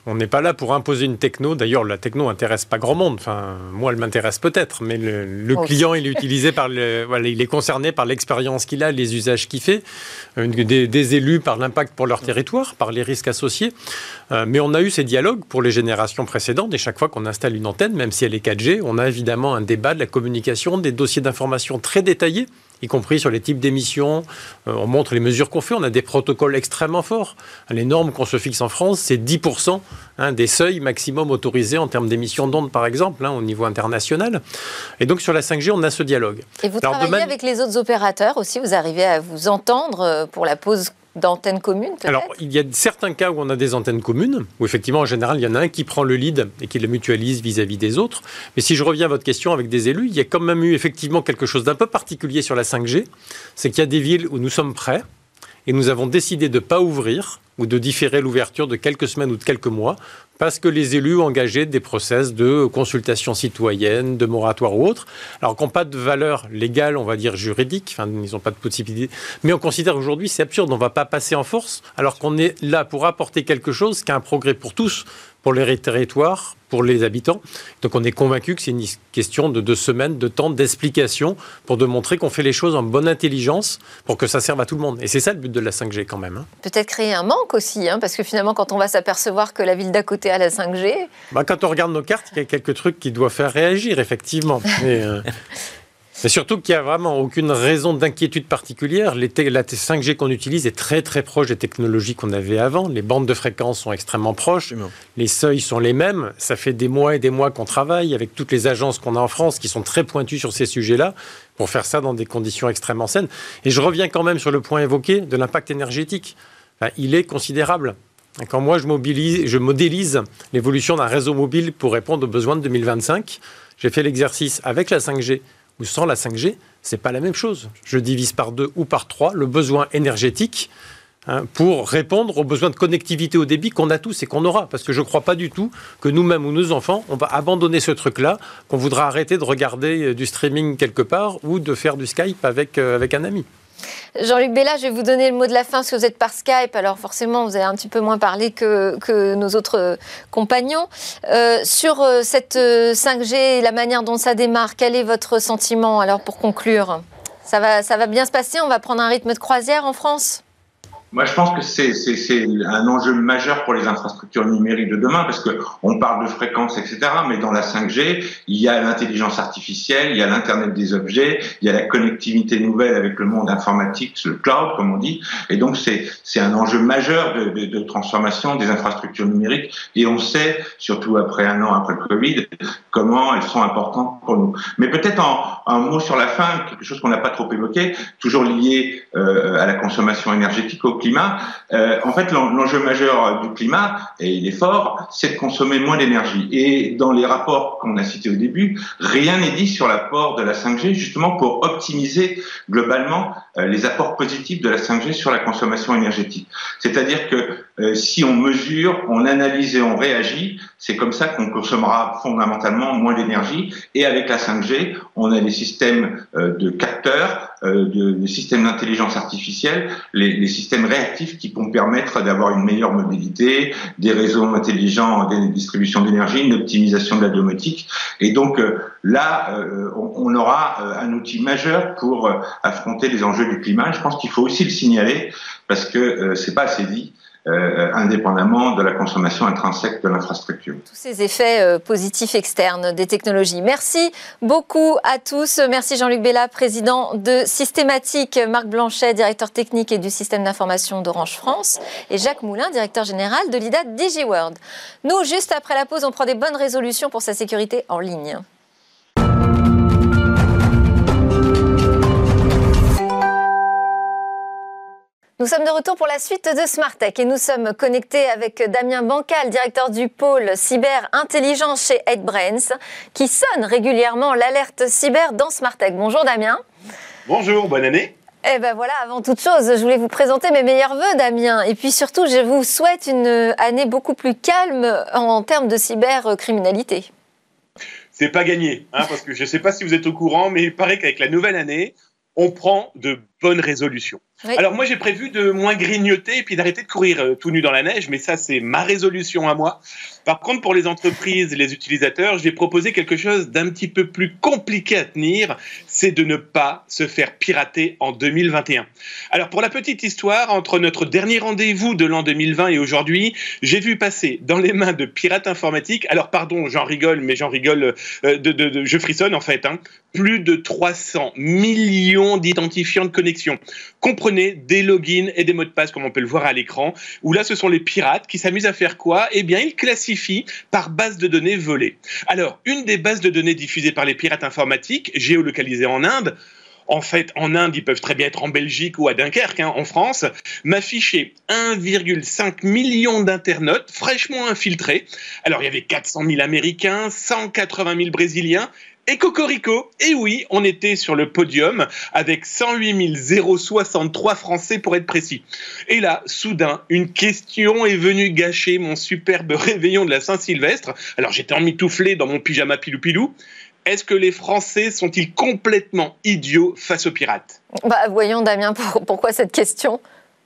On n'est pas là pour imposer une techno. D'ailleurs, la techno n'intéresse pas grand monde. Enfin, moi, elle m'intéresse peut-être, mais le, le oh, client, il est utilisé par le, voilà, il est concerné par l'expérience qu'il a, les usages qu'il fait, une, des, des élus par l'impact pour leur territoire, par les risques associés. Euh, mais on a eu ces dialogues pour les générations précédentes. Et chaque fois qu'on installe une antenne, même si elle est quatre G, on a évidemment un débat de la communication, des dossiers d'information très détaillés, y compris sur les types d'émissions. Euh, on montre les mesures qu'on fait. On a des protocoles extrêmement forts. Les normes qu'on se fixe en France, c'est dix pour cent hein, des seuils maximum autorisés en termes d'émissions d'ondes, par exemple, hein, au niveau international. Et donc, sur la cinq G, on a ce dialogue. Et vous Alors, travaillez demain... avec les autres opérateurs aussi. Vous arrivez à vous entendre pour la pose d'antennes communes, peut-être ? Alors, il y a certains cas où on a des antennes communes, où effectivement, en général, il y en a un qui prend le lead et qui le mutualise vis-à-vis des autres. Mais si je reviens à votre question avec des élus, il y a quand même eu effectivement quelque chose d'un peu particulier sur la cinq G. C'est qu'il y a des villes où nous sommes prêts et nous avons décidé de ne pas ouvrir ou de différer l'ouverture de quelques semaines ou de quelques mois parce que les élus ont engagé des process de consultation citoyenne, de moratoire ou autre, alors qu'ils n'ont pas de valeur légale, on va dire juridique, enfin, ils n'ont pas de possibilité. Mais on considère aujourd'hui c'est absurde, on ne va pas passer en force, alors qu'on est là pour apporter quelque chose qui est un progrès pour tous, pour les territoires, pour les habitants. Donc on est convaincu que c'est une question de deux semaines de temps d'explication pour démontrer qu'on fait les choses en bonne intelligence pour que ça serve à tout le monde. Et c'est ça le but de la cinq G quand même. Hein. Peut-être créer un manque aussi, hein, parce que finalement quand on va s'apercevoir que la ville d'à côté a la cinq G... Bah, quand on regarde nos cartes, il y a quelques trucs qui doivent faire réagir, effectivement. Mais, euh... Mais surtout qu'il n'y a vraiment aucune raison d'inquiétude particulière. Les t- la cinq G qu'on utilise est très très proche des technologies qu'on avait avant. Les bandes de fréquences sont extrêmement proches. Les seuils sont les mêmes. Ça fait des mois et des mois qu'on travaille avec toutes les agences qu'on a en France qui sont très pointues sur ces sujets-là pour faire ça dans des conditions extrêmement saines. Et je reviens quand même sur le point évoqué de l'impact énergétique. Enfin, il est considérable. Quand moi je, mobilise, je modélise l'évolution d'un réseau mobile pour répondre aux besoins de deux mille vingt-cinq, j'ai fait l'exercice avec la cinq G ou sans la cinq G, c'est pas la même chose. Je divise par deux ou par trois le besoin énergétique hein, pour répondre aux besoins de connectivité au débit qu'on a tous et qu'on aura. Parce que je ne crois pas du tout que nous-mêmes ou nos enfants, on va abandonner ce truc-là, qu'on voudra arrêter de regarder du streaming quelque part ou de faire du Skype avec, euh, avec un ami. Jean-Luc Bella, je vais vous donner le mot de la fin parce que vous êtes par Skype, alors forcément vous avez un petit peu moins parlé que, que nos autres compagnons. Euh, sur euh, cette euh, cinq G et la manière dont ça démarre, quel est votre sentiment alors pour conclure ? ça va, ça va bien se passer, on va prendre un rythme de croisière en France ? Moi, je pense que c'est, c'est, c'est un enjeu majeur pour les infrastructures numériques de demain, parce que on parle de fréquences, et cetera. Mais dans la cinq G, il y a l'intelligence artificielle, il y a l'Internet des objets, il y a la connectivité nouvelle avec le monde informatique, le cloud, comme on dit. Et donc, c'est, c'est un enjeu majeur de, de, de transformation des infrastructures numériques. Et on sait, surtout après un an après le Covid, comment elles sont importantes pour nous. Mais peut-être en, un mot sur la fin, quelque chose qu'on n'a pas trop évoqué, toujours lié euh, à la consommation énergétique, au climat. Euh, en fait, l'enjeu majeur du climat, et il est fort, c'est de consommer moins d'énergie. Et dans les rapports qu'on a cités au début, rien n'est dit sur l'apport de la cinq G, justement pour optimiser globalement euh, les apports positifs de la cinq G sur la consommation énergétique. C'est-à-dire que euh, si on mesure, on analyse et on réagit, c'est comme ça qu'on consommera fondamentalement moins d'énergie. Et avec la cinq G, on a des systèmes euh, de capteurs, euh, de, des systèmes d'intelligence artificielle, les, les systèmes réactifs qui vont permettre d'avoir une meilleure mobilité, des réseaux intelligents, des distributions d'énergie, une optimisation de la domotique. Et donc euh, là, euh, on, on aura euh, un outil majeur pour euh, affronter les enjeux du climat. Je pense qu'il faut aussi le signaler parce que euh, c'est pas assez dit. Euh, indépendamment de la consommation intrinsèque de l'infrastructure. Tous ces effets euh, positifs externes des technologies. Merci beaucoup à tous. Merci Jean-Luc Bella, président de Systématique, Marc Blanchet, directeur technique et du système d'information d'Orange France, et Jacques Moulin, directeur général de l'I D A DigiWorld. Nous, juste après la pause, on prend des bonnes résolutions pour sa sécurité en ligne. Nous sommes de retour pour la suite de Smartech et nous sommes connectés avec Damien Bancal, directeur du pôle cyber intelligence chez HeadBrains, qui sonne régulièrement l'alerte cyber dans Smartech. Bonjour Damien. Bonjour, bonne année. Eh ben voilà, avant toute chose, je voulais vous présenter mes meilleurs vœux, Damien. Et puis surtout, je vous souhaite une année beaucoup plus calme en termes de cybercriminalité. C'est pas gagné, hein, parce que je ne sais pas si vous êtes au courant, mais il paraît qu'avec la nouvelle année, on prend de bonne résolution. Oui. Alors moi j'ai prévu de moins grignoter et puis d'arrêter de courir euh, tout nu dans la neige, mais ça c'est ma résolution à moi. Par contre pour les entreprises et les utilisateurs, j'ai proposé quelque chose d'un petit peu plus compliqué à tenir, c'est de ne pas se faire pirater en deux mille vingt et un. Alors pour la petite histoire, entre notre dernier rendez-vous de l'an deux mille vingt et aujourd'hui, j'ai vu passer dans les mains de pirates informatiques, alors pardon j'en rigole, mais j'en rigole, euh, de, de, de, je frissonne en fait, hein, plus de trois cents millions d'identifiants de connexion. Comprenez des logins et des mots de passe, comme on peut le voir à l'écran, où là, ce sont les pirates qui s'amusent à faire quoi ? Eh bien, ils classifient par base de données volée. Alors, une des bases de données diffusées par les pirates informatiques, géolocalisées en Inde, en fait, en Inde, ils peuvent très bien être en Belgique ou à Dunkerque, hein, en France, m'affichait un virgule cinq million d'internautes fraîchement infiltrés. Alors, il y avait quatre cent mille Américains, cent quatre-vingt mille Brésiliens, et cocorico, et oui, on était sur le podium avec cent huit mille soixante-trois Français pour être précis. Et là, soudain, une question est venue gâcher mon superbe réveillon de la Saint-Sylvestre. Alors j'étais emmitouflé dans mon pyjama pilou-pilou. Est-ce que les Français sont-ils complètement idiots face aux pirates ? Bah, voyons Damien, pour, pourquoi cette question ?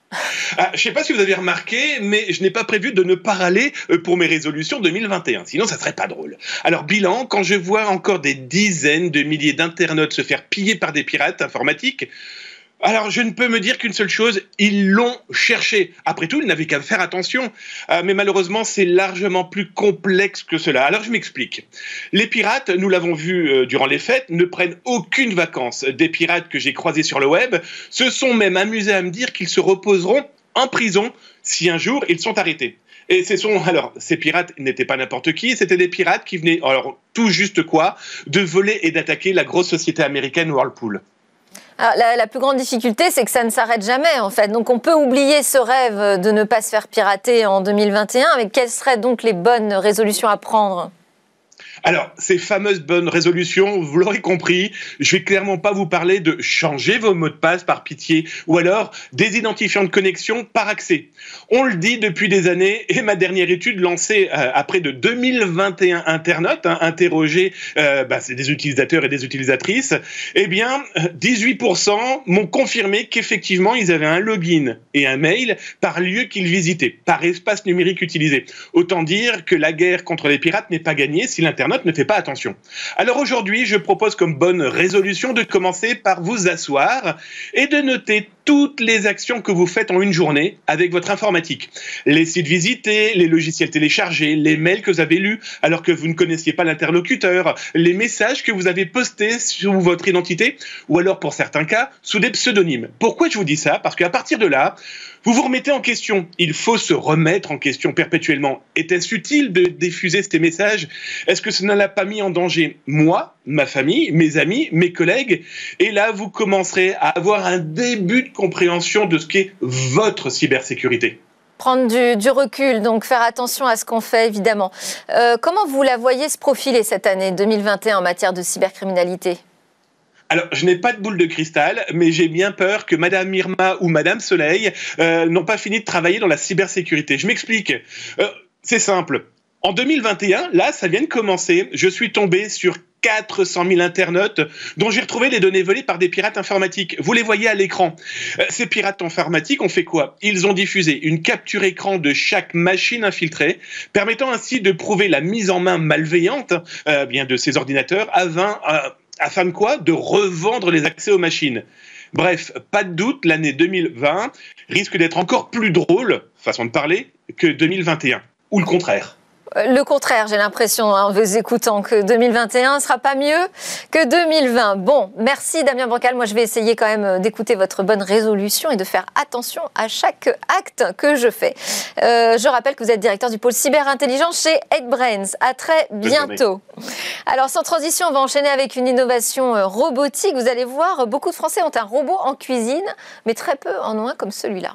Ah, je ne sais pas si vous avez remarqué, mais je n'ai pas prévu de ne pas râler pour mes résolutions deux mille vingt et un, sinon ça serait pas drôle. Alors bilan, quand je vois encore des dizaines de milliers d'internautes se faire piller par des pirates informatiques, alors je ne peux me dire qu'une seule chose, ils l'ont cherché. Après tout, ils n'avaient qu'à faire attention. Euh, mais malheureusement, c'est largement plus complexe que cela. Alors je m'explique. Les pirates, nous l'avons vu euh, durant les fêtes, ne prennent aucune vacances. Des pirates que j'ai croisés sur le web se sont même amusés à me dire qu'ils se reposeront en prison si un jour ils sont arrêtés. Et ce sont, alors, ces pirates n'étaient pas n'importe qui, c'était des pirates qui venaient, alors tout juste quoi, de voler et d'attaquer la grosse société américaine Whirlpool. Alors, la, la plus grande difficulté, c'est que ça ne s'arrête jamais, en fait. Donc, on peut oublier ce rêve de ne pas se faire pirater en deux mille vingt et un. Mais quelles seraient donc les bonnes résolutions à prendre ? Alors, ces fameuses bonnes résolutions, vous l'aurez compris, je vais clairement pas vous parler de changer vos mots de passe par pitié ou alors des identifiants de connexion par accès. On le dit depuis des années et ma dernière étude lancée euh, à près de deux mille vingt et un internautes, hein, interrogés, euh, bah, c'est des utilisateurs et des utilisatrices, eh bien, dix-huit pour cent m'ont confirmé qu'effectivement, ils avaient un login et un mail par lieu qu'ils visitaient, par espace numérique utilisé. Autant dire que la guerre contre les pirates n'est pas gagnée si l'internaute ne fait pas attention. Alors aujourd'hui, je propose comme bonne résolution de commencer par vous asseoir et de noter toutes les actions que vous faites en une journée avec votre informatique. Les sites visités, les logiciels téléchargés, les mails que vous avez lus alors que vous ne connaissiez pas l'interlocuteur, les messages que vous avez postés sous votre identité ou alors pour certains cas sous des pseudonymes. Pourquoi je vous dis ça ? Parce qu'à partir de là, vous vous remettez en question. Il faut se remettre en question perpétuellement. Était-ce utile de diffuser ces messages ? Est-ce que ça ne l'a pas mis en danger moi, ma famille, mes amis, mes collègues ? Et là, vous commencerez à avoir un début de compréhension de ce qu'est votre cybersécurité. Prendre du, du recul, donc faire attention à ce qu'on fait, évidemment. Euh, comment vous la voyez se profiler cette année deux mille vingt et un en matière de cybercriminalité ? Alors, je n'ai pas de boule de cristal, mais j'ai bien peur que Madame Irma ou Madame Soleil euh, n'ont pas fini de travailler dans la cybersécurité. Je m'explique. Euh, c'est simple. En deux mille vingt et un, là, ça vient de commencer. Je suis tombé sur quatre cent mille internautes dont j'ai retrouvé les données volées par des pirates informatiques. Vous les voyez à l'écran. Euh, ces pirates informatiques ont fait quoi ? Ils ont diffusé une capture écran de chaque machine infiltrée, permettant ainsi de prouver la mise en main malveillante euh, bien de ces ordinateurs afin, euh, afin de quoi ? De revendre les accès aux machines. Bref, pas de doute, l'année deux mille vingt risque d'être encore plus drôle, façon de parler, que deux mille vingt et un. Ou le contraire. Le contraire, j'ai l'impression, hein, en vous écoutant, que deux mille vingt et un ne sera pas mieux que deux mille vingt. Bon, merci Damien Bancal. Moi, je vais essayer quand même d'écouter votre bonne résolution et de faire attention à chaque acte que je fais. Euh, je rappelle que vous êtes directeur du pôle cyberintelligence chez eight brains. À très bientôt. Alors, sans transition, on va enchaîner avec une innovation robotique. Vous allez voir, beaucoup de Français ont un robot en cuisine, mais très peu en ont un comme celui-là.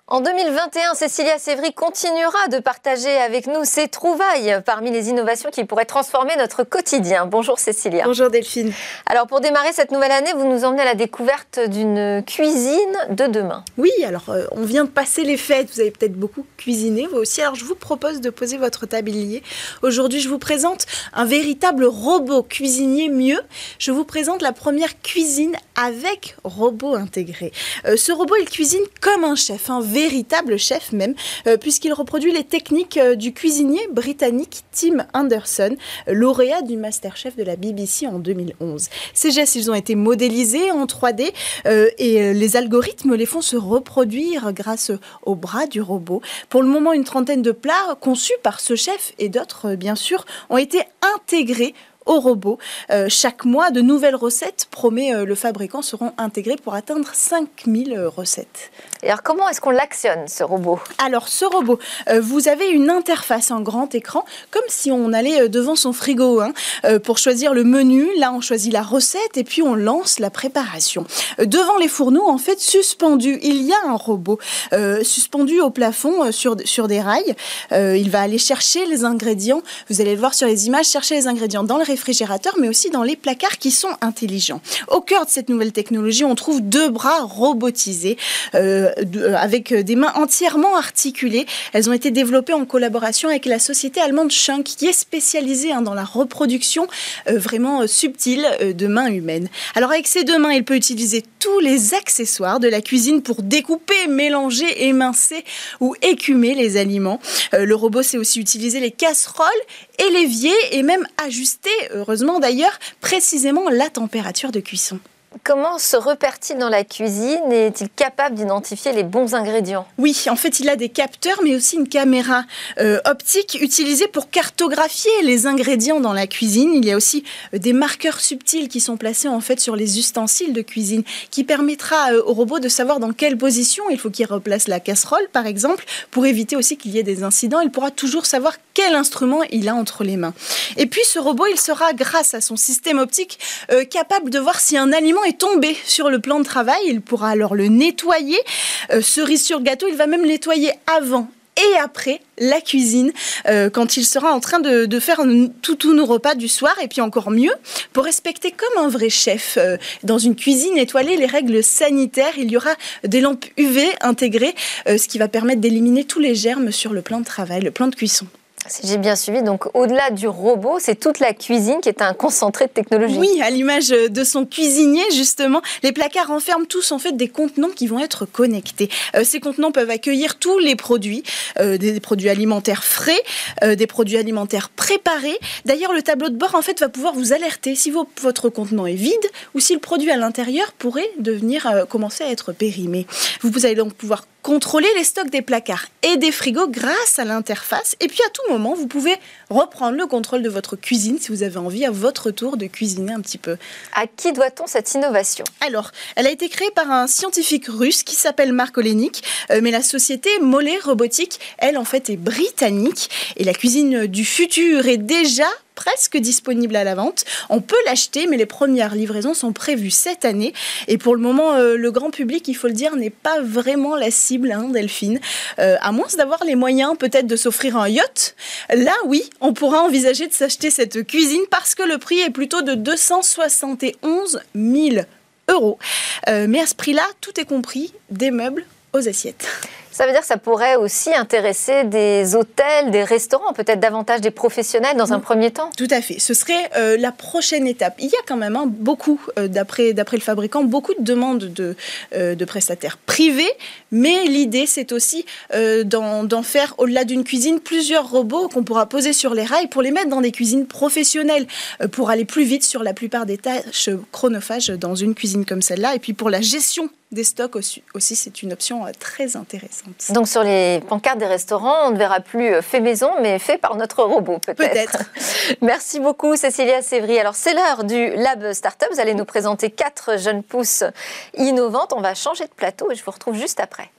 En deux mille vingt et un, Cécilia Sévry continuera de partager avec nous ses trouvailles parmi les innovations qui pourraient transformer notre quotidien. Bonjour Cécilia. Bonjour Delphine. Alors pour démarrer cette nouvelle année, vous nous emmenez à la découverte d'une cuisine de demain. Oui, alors euh, on vient de passer les fêtes, vous avez peut-être beaucoup cuisiné, vous aussi. Alors je vous propose de poser votre tablier. Aujourd'hui, je vous présente un véritable robot cuisinier mieux. Je vous présente la première cuisine avec robot intégré. Euh, ce robot, il cuisine comme un chef, un véritable chef même, euh, puisqu'il reproduit les techniques euh, du cuisinier britannique Tim Anderson, euh, lauréat du MasterChef de la B B C en deux mille onze. Ces gestes, ils ont été modélisés en trois D euh, et euh, les algorithmes les font se reproduire grâce au bras du robot. Pour le moment, une trentaine de plats conçus par ce chef et d'autres, euh, bien sûr, ont été intégrés au robot. Euh, chaque mois, de nouvelles recettes, promet euh, le fabricant, seront intégrées pour atteindre cinq mille recettes. Et alors, comment est-ce qu'on l'actionne, ce robot ? Alors, ce robot, euh, vous avez une interface, un grand écran, comme si on allait euh, devant son frigo. Hein, euh, pour choisir le menu, là, on choisit la recette et puis on lance la préparation. Euh, devant les fourneaux, en fait, suspendu, il y a un robot euh, suspendu au plafond euh, sur, sur des rails. Euh, il va aller chercher les ingrédients. Vous allez le voir sur les images, chercher les ingrédients dans le réfrigérateur, mais aussi dans les placards qui sont intelligents. Au cœur de cette nouvelle technologie, on trouve deux bras robotisés euh, de, euh, avec des mains entièrement articulées. Elles ont été développées en collaboration avec la société allemande Schunk, qui est spécialisée hein, dans la reproduction euh, vraiment euh, subtile euh, de mains humaines. Alors avec ces deux mains, il peut utiliser tous les accessoires de la cuisine pour découper, mélanger, émincer ou écumer les aliments. Euh, le robot sait aussi utiliser les casseroles et l'évier et même ajuster, heureusement d'ailleurs, précisément la température de cuisson. Comment se repère-t-il dans la cuisine et est-il capable d'identifier les bons ingrédients ? Oui, en fait, il a des capteurs, mais aussi une caméra euh, optique utilisée pour cartographier les ingrédients dans la cuisine. Il y a aussi euh, des marqueurs subtils qui sont placés en fait sur les ustensiles de cuisine, qui permettra euh, au robot de savoir dans quelle position il faut qu'il replace la casserole, par exemple, pour éviter aussi qu'il y ait des incidents. Il pourra toujours savoir quel instrument il a entre les mains. Et puis, ce robot, il sera, grâce à son système optique, euh, capable de voir si un aliment est tombé sur le plan de travail. Il pourra alors le nettoyer. Euh, cerise sur le gâteau, il va même nettoyer avant et après la cuisine, euh, quand il sera en train de, de faire tous tout nos repas du soir. Et puis encore mieux, pour respecter comme un vrai chef euh, dans une cuisine étoilée les règles sanitaires, il y aura des lampes U V intégrées, euh, ce qui va permettre d'éliminer tous les germes sur le plan de travail, le plan de cuisson. Si j'ai bien suivi, donc au-delà du robot, c'est toute la cuisine qui est un concentré de technologie. Oui, à l'image de son cuisinier, justement, les placards renferment tous en fait des contenants qui vont être connectés. Euh, ces contenants peuvent accueillir tous les produits, euh, des, des produits alimentaires frais, euh, des produits alimentaires préparés. D'ailleurs, le tableau de bord en fait va pouvoir vous alerter si vos, votre contenant est vide ou si le produit à l'intérieur pourrait devenir euh, commencer à être périmé. Vous allez donc pouvoir contrôler les stocks des placards et des frigos grâce à l'interface. Et puis à tout moment, vous pouvez reprendre le contrôle de votre cuisine si vous avez envie à votre tour de cuisiner un petit peu. À qui doit-on cette innovation ? Alors, elle a été créée par un scientifique russe qui s'appelle Mark Olenik, euh, mais la société Mollet Robotics, elle en fait est britannique. Et la cuisine du futur est déjà presque disponible à la vente. On peut l'acheter, mais les premières livraisons sont prévues cette année. Et pour le moment, euh, le grand public, il faut le dire, n'est pas vraiment la cible, hein, Delphine. Euh, à moins d'avoir les moyens peut-être de s'offrir un yacht. Là, oui, on pourra envisager de s'acheter cette cuisine parce que le prix est plutôt de deux cent soixante et onze mille euros. Euh, mais à ce prix-là, tout est compris, des meubles aux assiettes. Ça veut dire que ça pourrait aussi intéresser des hôtels, des restaurants, peut-être davantage des professionnels dans un premier temps. Tout à fait. Ce serait euh, la prochaine étape. Il y a quand même hein, beaucoup, euh, d'après, d'après le fabricant, beaucoup de demandes de, euh, de prestataires privés. Mais l'idée, c'est aussi euh, d'en, d'en faire, au-delà d'une cuisine, plusieurs robots qu'on pourra poser sur les rails pour les mettre dans des cuisines professionnelles, euh, pour aller plus vite sur la plupart des tâches chronophages dans une cuisine comme celle-là. Et puis pour la gestion des stocks aussi, aussi c'est une option euh, très intéressante. Donc sur les pancartes des restaurants, on ne verra plus fait maison, mais fait par notre robot peut-être. Peut-être. Merci beaucoup Cécilia Sévry. Alors c'est l'heure du Lab Startup. Vous allez nous présenter quatre jeunes pousses innovantes. On va changer de plateau et je vous retrouve juste après.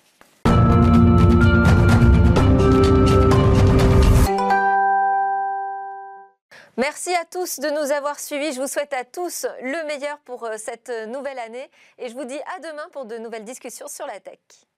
Merci à tous de nous avoir suivis. Je vous souhaite à tous le meilleur pour cette nouvelle année et je vous dis à demain pour de nouvelles discussions sur la tech.